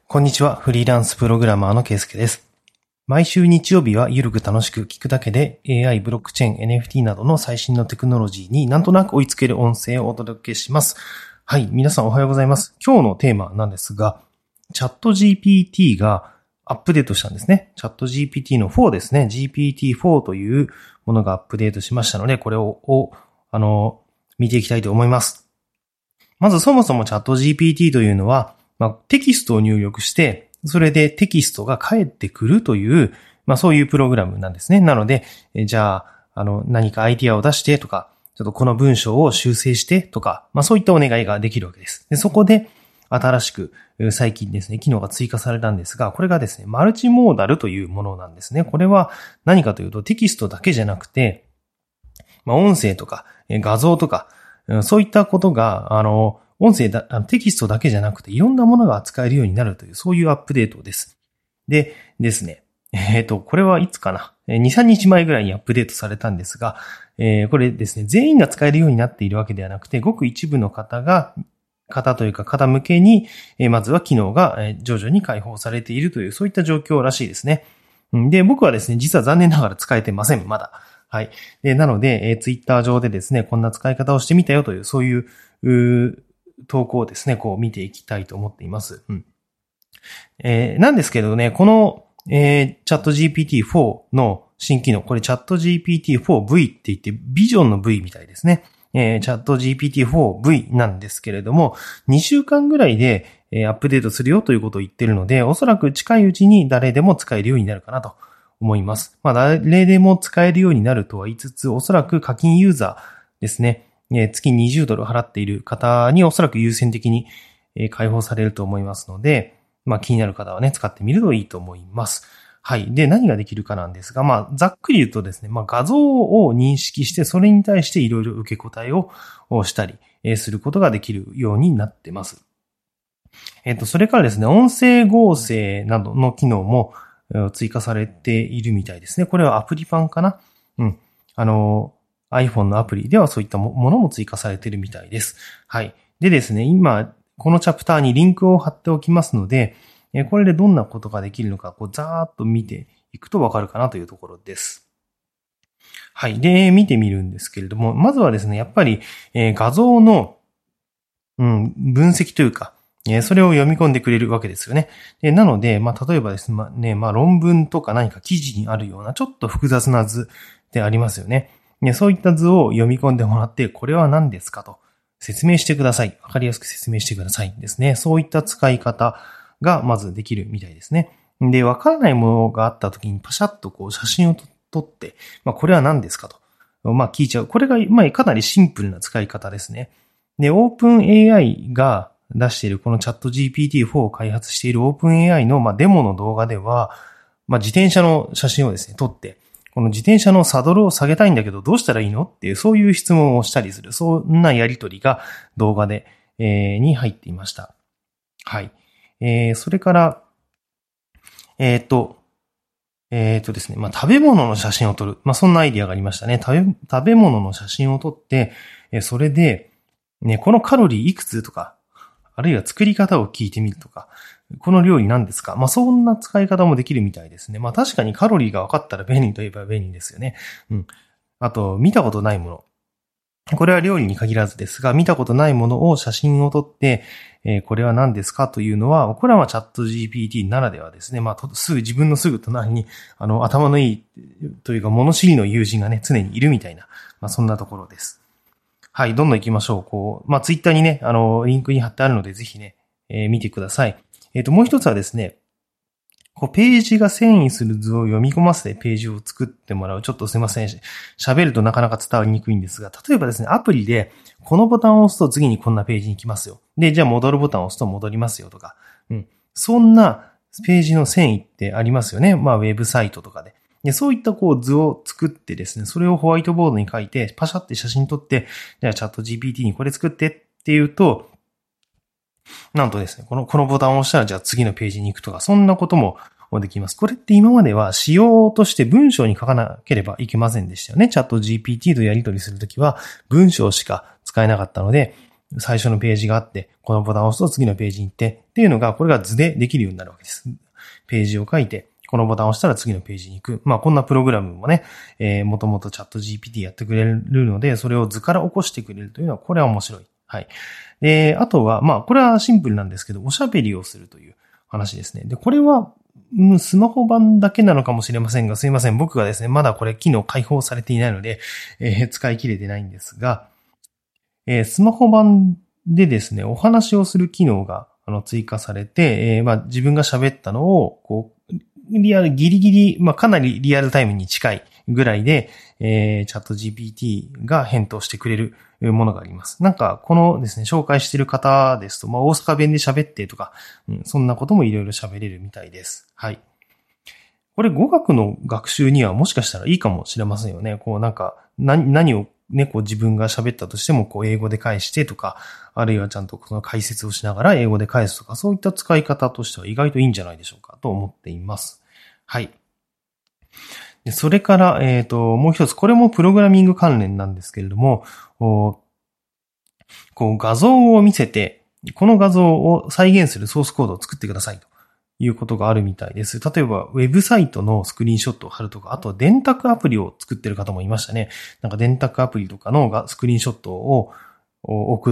こんにちは。フリーランスプログラマーのケイスケです。毎週日曜日はゆるく楽しく聞くだけで AI、ブロックチェーン、NFT などの最新のテクノロジーになんとなく追いつける音声をお届けします。はい。皆さんおはようございます。今日のテーマなんですが、チャット GPT がアップデートしたんですね。チャット GPT の4ですね。GPT-4 というものがアップデートしましたので、これを見ていきたいと思います。まずそもそもチャット GPT というのは、テキストを入力して、それでテキストが返ってくるという、そういうプログラムなんですね。なので、じゃあ、何かアイディアを出してとか、ちょっとこの文章を修正してとか、そういったお願いができるわけです。で、そこで、新しく、最近ですね、機能が追加されたんですが、これがですね、マルチモーダルというものなんですね。これは何かというと、テキストだけじゃなくて、音声とか、画像とか、そういったことが、音声テキストだけじゃなくていろんなものが扱えるようになるという、そういうアップデートです。でですね、これはいつかな ?2、3日前ぐらいにアップデートされたんですが、これですね、全員が使えるようになっているわけではなくて、ごく一部の方向けに、まずは機能が徐々に開放されているという、そういった状況らしいですね。で、僕はですね、実は残念ながら使えてません、まだ。はい。なので、ツイッター上でですね、こんな使い方をしてみたよという、そういう投稿をですね、こう見ていきたいと思っています。なんですけどね、この、チャット GPT-4 の新機能、これチャット GPT-4V って言って、ビジョンの V みたいですね。チャット GPT-4V なんですけれども、2週間ぐらいで、アップデートするよということを言ってるので、おそらく近いうちに誰でも使えるようになるかなと思います。誰でも使えるようになるとは言いつつ、おそらく課金ユーザーですね。月20ドル払っている方におそらく優先的に開放されると思いますので、気になる方はね、使ってみるといいと思います。はい。で、何ができるかなんですが、ざっくり言うとですね、画像を認識して、それに対していろいろ受け答えをしたりすることができるようになってます。それからですね、音声合成などの機能も追加されているみたいですね。これはアプリ版かな？iPhone のアプリではそういったものも追加されているみたいです。はい。でですね、今、このチャプターにリンクを貼っておきますので、これでどんなことができるのか、ざーっと見ていくとわかるかなというところです。はい。で、見てみるんですけれども、まずはですね、やっぱり、画像の、分析というか、それを読み込んでくれるわけですよね。でなので、例えばですね、論文とか何か記事にあるようなちょっと複雑な図ってありますよね。そういった図を読み込んでもらって、これは何ですかと説明してください。わかりやすく説明してくださいですね。そういった使い方がまずできるみたいですね。で、わからないものがあった時にパシャッと写真を撮って、これは何ですかと。聞いちゃう。これが、かなりシンプルな使い方ですね。で、OpenAI が出しているこのチャット GPT-4 を開発している OpenAI のデモの動画では、自転車の写真をですね、撮って、この自転車のサドルを下げたいんだけどどうしたらいいのっていうそういう質問をしたりする、そんなやりとりが動画で、に入っていました。はい。それから、ですね、食べ物の写真を撮る。そんなアイディアがありましたね。食べ物の写真を撮って、それで、このカロリーいくつとか、あるいは作り方を聞いてみるとか、この料理何ですか？そんな使い方もできるみたいですね。確かにカロリーが分かったら便利といえば便利ですよね。あと、見たことないもの。これは料理に限らずですが、見たことないものを写真を撮って、これは何ですかというのは、これはチャット GPT ならではですね。自分のすぐ隣に、頭のいいというか物知りの友人がね、常にいるみたいな、そんなところです。はい、どんどん行きましょう。ツイッターにね、リンクに貼ってあるので、ぜひね、見てください。もう一つはですね、ページが遷移する図を読み込ませてページを作ってもらう。ちょっとすいません。喋るとなかなか伝わりにくいんですが、例えばですね、アプリで、このボタンを押すと次にこんなページに行きますよ。で、じゃあ戻るボタンを押すと戻りますよとか。そんなページの遷移ってありますよね。ウェブサイトとかで。でそういった図を作ってですね、それをホワイトボードに書いて、パシャって写真撮って、じゃあチャット GPT にこれ作ってっていうと、なんとですね、このボタンを押したらじゃあ次のページに行くとか、そんなこともできます。これって今までは仕様として文章に書かなければいけませんでしたよね。チャット GPT とやり取りするときは文章しか使えなかったので、 最初のページがあって、このボタンを押すと次のページに行ってっていうのが、これが図でできるようになるわけです。ページを書いて、このボタンを押したら次のページに行く。まあこんなプログラムもね、もともとチャット GPT やってくれるので、それを図から起こしてくれるというのは、これは面白い。はい。で、あとは、まあこれはシンプルなんですけど、おしゃべりをするという話ですね。で、これは、スマホ版だけなのかもしれませんが、すいません。僕がですね、まだこれ機能開放されていないので、使い切れてないんですが、スマホ版でですね、お話をする機能が追加されて、まあ自分が喋ったのを、こう、ギリギリ、まあかなりリアルタイムに近いぐらいで、チャット GPT が返答してくれるものがあります。なんか、このですね、紹介している方ですと、まあ大阪弁で喋ってとか、そんなこともいろいろ喋れるみたいです。はい。これ語学の学習にはもしかしたらいいかもしれませんよね。こうなんか、何をね、こう自分が喋ったとしても、こう英語で返してとか、あるいはちゃんとその解説をしながら英語で返すとか、そういった使い方としては意外といいんじゃないでしょうかと思っています。はい。でそれから、もう一つ、これもプログラミング関連なんですけれども、こう画像を見せて、この画像を再現するソースコードを作ってくださいということがあるみたいです。例えば、ウェブサイトのスクリーンショットを貼るとか、あと電卓アプリを作ってる方もいましたね。なんか電卓アプリとかのスクリーンショットを送って、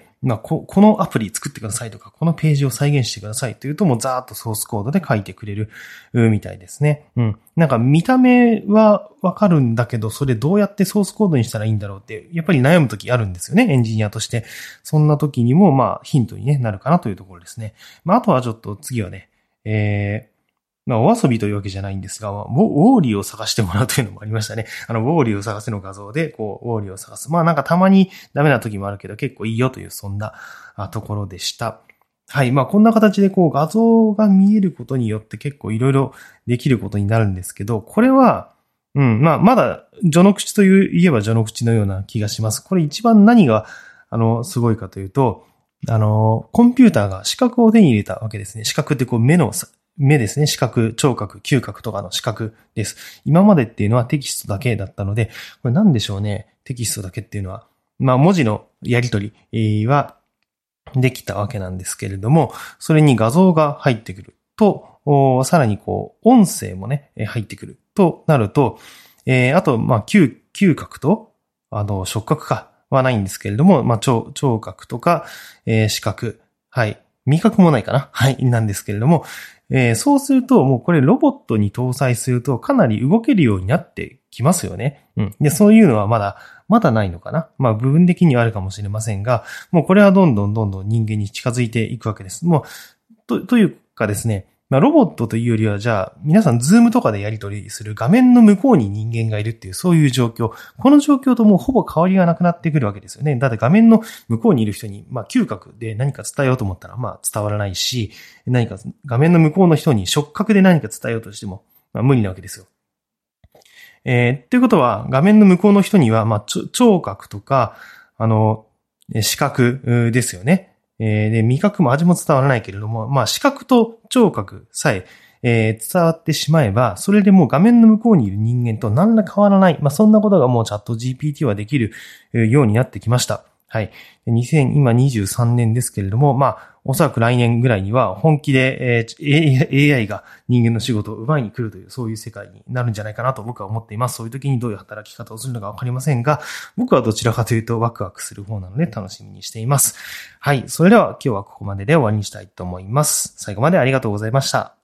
まあ、このアプリ作ってくださいとか、このページを再現してくださいというと、もうザーッとソースコードで書いてくれるみたいですね。なんか見た目はわかるんだけど、それどうやってソースコードにしたらいいんだろうって、やっぱり悩むときあるんですよね、エンジニアとして。そんなときにも、まあ、ヒントになるかなというところですね。まあ、あとはちょっと次はね、まあ、お遊びというわけじゃないんですが、ウォーリーを探してもらうというのもありましたね。ウォーリーを探せの画像で、こう、ウォーリーを探す。まあなんかたまにダメな時もあるけど、結構いいよという、そんなところでした。はい。まあこんな形でこう画像が見えることによって結構いろいろできることになるんですけど、これは、まあまだ序の口と言えば序の口のような気がします。これ一番何が、すごいかというと、コンピューターが視覚を手に入れたわけですね。視覚ってこう目ですね。視覚、聴覚、嗅覚とかの視覚です。今までっていうのはテキストだけだったので、これなんでしょうね。テキストだけっていうのは、まあ文字のやり取りはできたわけなんですけれども、それに画像が入ってくると、さらにこう、音声もね、入ってくるとなると、あと、まあ嗅覚と、触覚かはないんですけれども、まあ聴覚とか、視覚、はい。味覚もないかなはい。なんですけれども、そうすると、もうこれロボットに搭載するとかなり動けるようになってきますよね。で、そういうのはまだないのかな。まあ部分的にはあるかもしれませんが、もうこれはどんどん人間に近づいていくわけです。もう、というかですね、まあロボットというよりは、じゃあ、皆さんズームとかでやり取りする画面の向こうに人間がいるっていう、そういう状況。この状況ともうほぼ変わりがなくなってくるわけですよね。だって画面の向こうにいる人に、まあ嗅覚で何か伝えようと思ったら、まあ伝わらないし、何か画面の向こうの人に触覚で何か伝えようとしても、まあ無理なわけですよ。ということは、画面の向こうの人には、まあ聴覚とか、視覚ですよね。で、味覚も味も伝わらないけれども、まあ視覚と聴覚さえ伝わってしまえば、それでもう画面の向こうにいる人間と何ら変わらない。まあそんなことがもうチャット GPT はできるようになってきました。はい。今23年ですけれども、まあ、おそらく来年ぐらいには本気で、AI が人間の仕事を奪いに来るという、そういう世界になるんじゃないかなと僕は思っています。そういう時にどういう働き方をするのかわかりませんが、僕はどちらかというとワクワクする方なので楽しみにしています。はい。それでは今日はここまでで終わりにしたいと思います。最後までありがとうございました。